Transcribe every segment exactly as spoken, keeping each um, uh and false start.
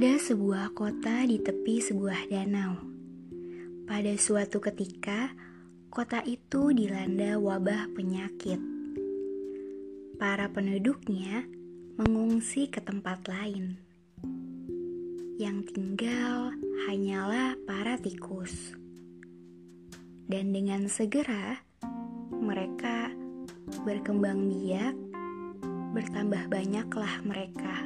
Ada sebuah kota di tepi sebuah danau. Pada suatu ketika, kota itu dilanda wabah penyakit. Para penduduknya mengungsi ke tempat lain. Yang tinggal hanyalah para tikus. Dan dengan segera, mereka berkembang biak, bertambah banyaklah mereka.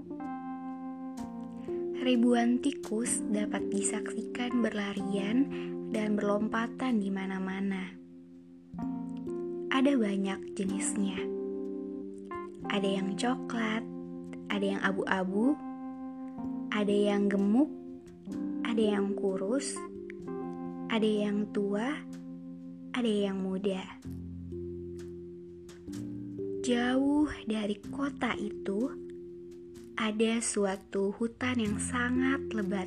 Ribuan tikus dapat disaksikan berlarian dan berlompatan di mana-mana. Ada banyak jenisnya. Ada yang coklat, ada yang abu-abu, ada yang gemuk, ada yang kurus, ada yang tua, ada yang muda. Jauh dari kota itu, ada suatu hutan yang sangat lebat.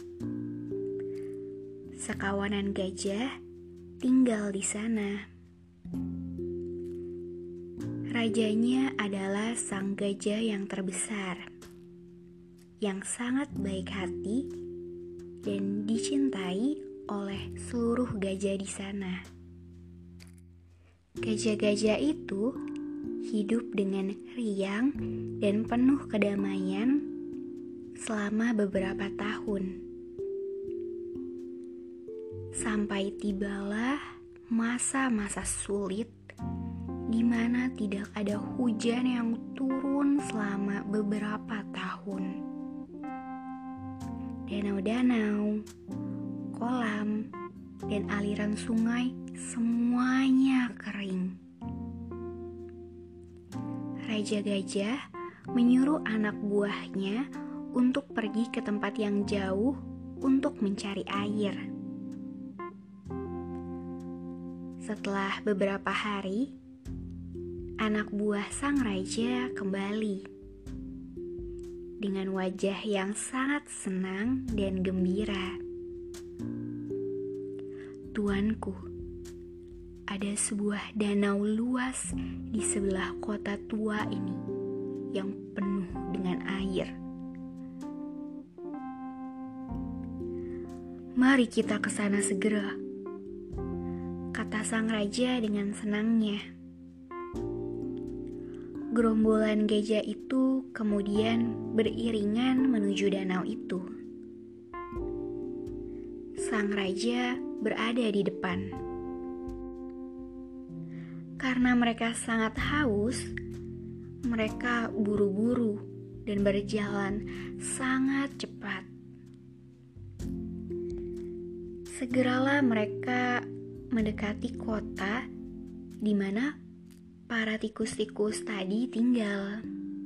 Sekawanan gajah tinggal di sana. Rajanya adalah sang gajah yang terbesar, yang sangat baik hati dan dicintai oleh seluruh gajah di sana. Gajah-gajah itu hidup dengan riang dan penuh kedamaian selama beberapa tahun. Sampai tibalah masa-masa sulit di mana tidak ada hujan yang turun selama beberapa tahun. Danau-danau, kolam, dan aliran sungai semuanya kering. Raja Gajah menyuruh anak buahnya untuk pergi ke tempat yang jauh untuk mencari air. Setelah beberapa hari, anak buah sang raja kembali dengan wajah yang sangat senang dan gembira. Tuanku, ada sebuah danau luas di sebelah kota tua ini yang penuh dengan air. Mari kita ke sana segera, kata sang raja dengan senangnya. Gerombolan gajah itu kemudian beriringan menuju danau itu. Sang raja berada di depan. Karena mereka sangat haus, mereka buru-buru dan berjalan sangat cepat. Segeralah mereka mendekati kota di mana para tikus-tikus tadi tinggal.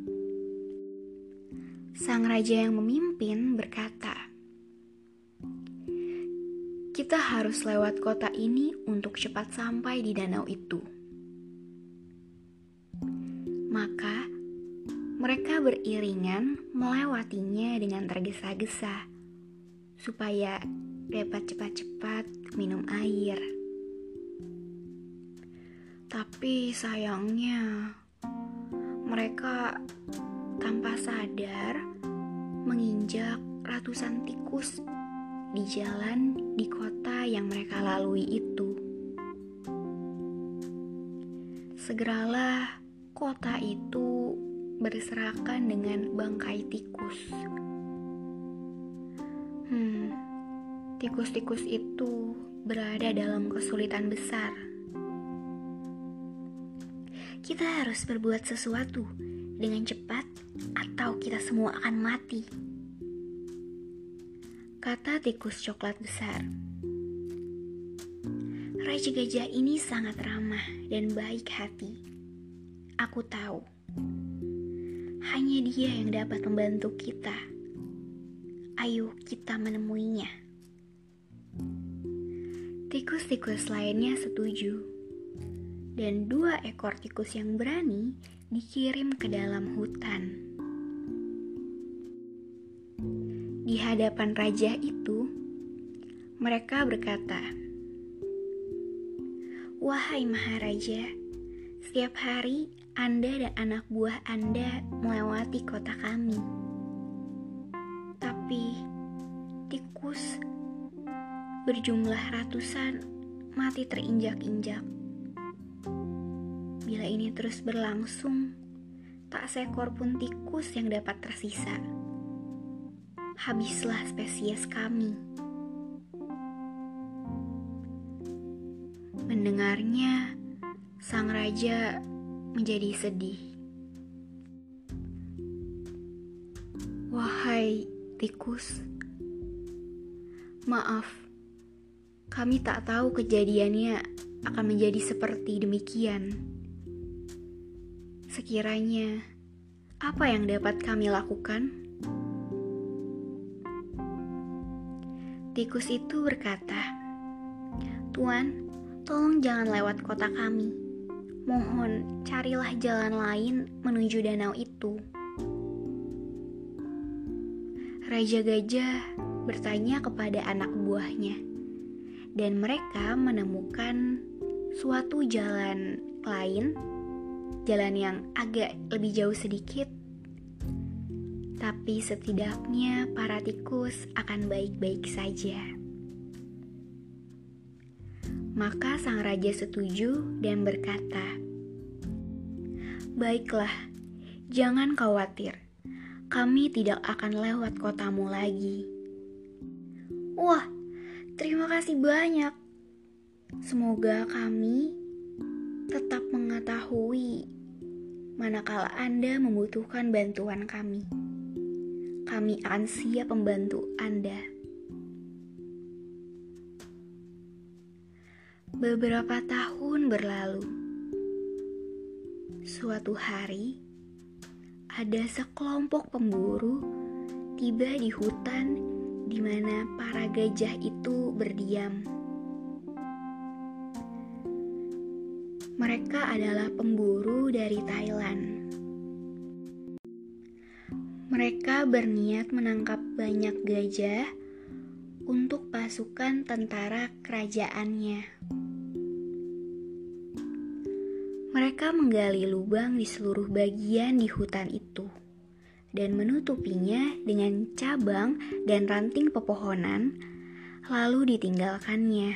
Sang raja yang memimpin berkata, "Kita harus lewat kota ini untuk cepat sampai di danau itu." Maka mereka beriringan melewatinya dengan tergesa-gesa supaya dapat cepat-cepat minum air. Tapi sayangnya mereka tanpa sadar menginjak ratusan tikus di jalan di kota yang mereka lalui itu. Segeralah kota itu berserakan dengan bangkai tikus. Hmm, tikus-tikus itu berada dalam kesulitan besar. Kita harus berbuat sesuatu dengan cepat atau kita semua akan mati, kata tikus coklat besar. Raja gajah ini sangat ramah dan baik hati. Aku tahu, hanya dia yang dapat membantu kita. Ayo kita menemuinya. Tikus-tikus lainnya setuju, dan dua ekor tikus yang berani dikirim ke dalam hutan. Di hadapan raja itu, mereka berkata, "Wahai Maharaja, setiap hari Anda dan anak buah Anda melewati kota kami. Tapi tikus berjumlah ratusan mati terinjak-injak. Bila ini terus berlangsung, tak seekor pun tikus yang dapat tersisa. Habislah spesies kami. Mendengarnya, sang raja menjadi sedih. Wahai tikus, maaf, kami tak tahu kejadiannya akan menjadi seperti demikian. Sekiranya, apa yang dapat kami lakukan? Tikus itu berkata, "Tuan, tolong jangan lewat kota kami. Mohon carilah jalan lain menuju danau itu." Raja Gajah bertanya kepada anak buahnya, dan mereka menemukan suatu jalan lain, jalan yang agak lebih jauh sedikit, tapi setidaknya para tikus akan baik-baik saja. Maka sang raja setuju dan berkata, "Baiklah, jangan khawatir. Kami tidak akan lewat kotamu lagi." Wah, terima kasih banyak. Semoga kami tetap mengetahui manakala Anda membutuhkan bantuan kami. Kami akan siap membantu Anda. Beberapa tahun berlalu. Suatu hari, ada sekelompok pemburu tiba di hutan di mana para gajah itu berdiam. Mereka adalah pemburu dari Thailand. Mereka berniat menangkap banyak gajah untuk pasukan tentara kerajaannya. Mereka menggali lubang di seluruh bagian di hutan itu dan menutupinya dengan cabang dan ranting pepohonan, lalu ditinggalkannya.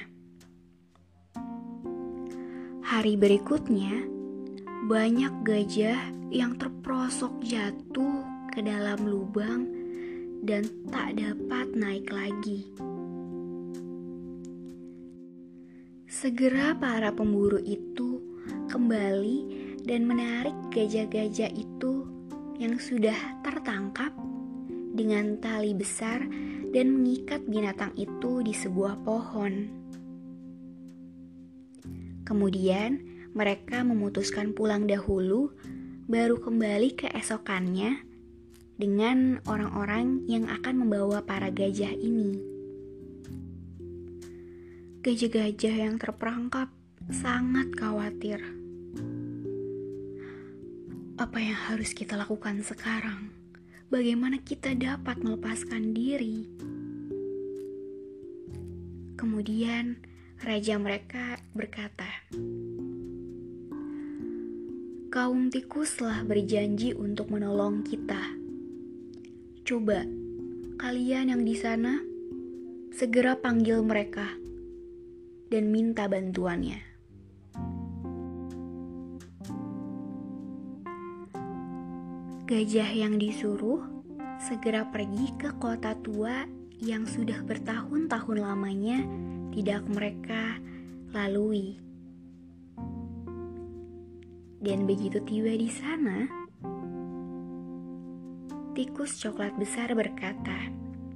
Hari berikutnya, banyak gajah yang terperosok jatuh ke dalam lubang dan tak dapat naik lagi. Segera para pemburu itu kembali dan menarik gajah-gajah itu yang sudah tertangkap dengan tali besar dan mengikat binatang itu di sebuah pohon. Kemudian mereka memutuskan pulang dahulu, baru kembali keesokannya dengan orang-orang yang akan membawa para gajah ini. Gajah-gajah yang terperangkap sangat khawatir. Apa yang harus kita lakukan sekarang? Bagaimana kita dapat melepaskan diri? Kemudian raja mereka berkata, "Kaum tikuslah berjanji untuk menolong kita. Coba kalian yang di sana segera panggil mereka dan minta bantuannya." Gajah yang disuruh segera pergi ke kota tua yang sudah bertahun-tahun lamanya tidak mereka lalui. Dan begitu tiba di sana, tikus coklat besar berkata,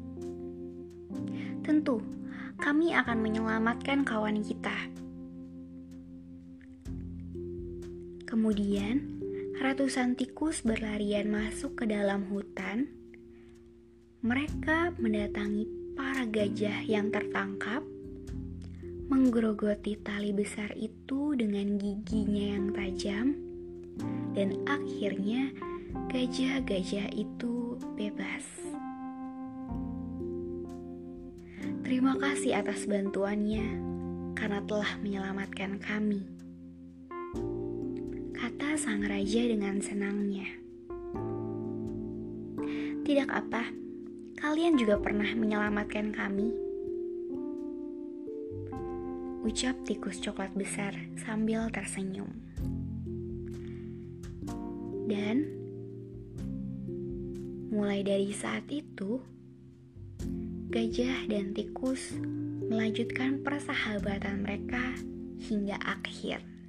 "Tentu, kami akan menyelamatkan kawan kita." Kemudian, ratusan tikus berlarian masuk ke dalam hutan. Mereka mendatangi para gajah yang tertangkap, menggerogoti tali besar itu dengan giginya yang tajam, dan akhirnya gajah-gajah itu bebas. "Terima kasih atas bantuannya, karena telah menyelamatkan kami," kata sang raja dengan senangnya. "Tidak apa, kalian juga pernah menyelamatkan kami. Ucap tikus coklat besar sambil tersenyum. Dan mulai dari saat itu, gajah dan tikus melanjutkan persahabatan mereka hingga akhir.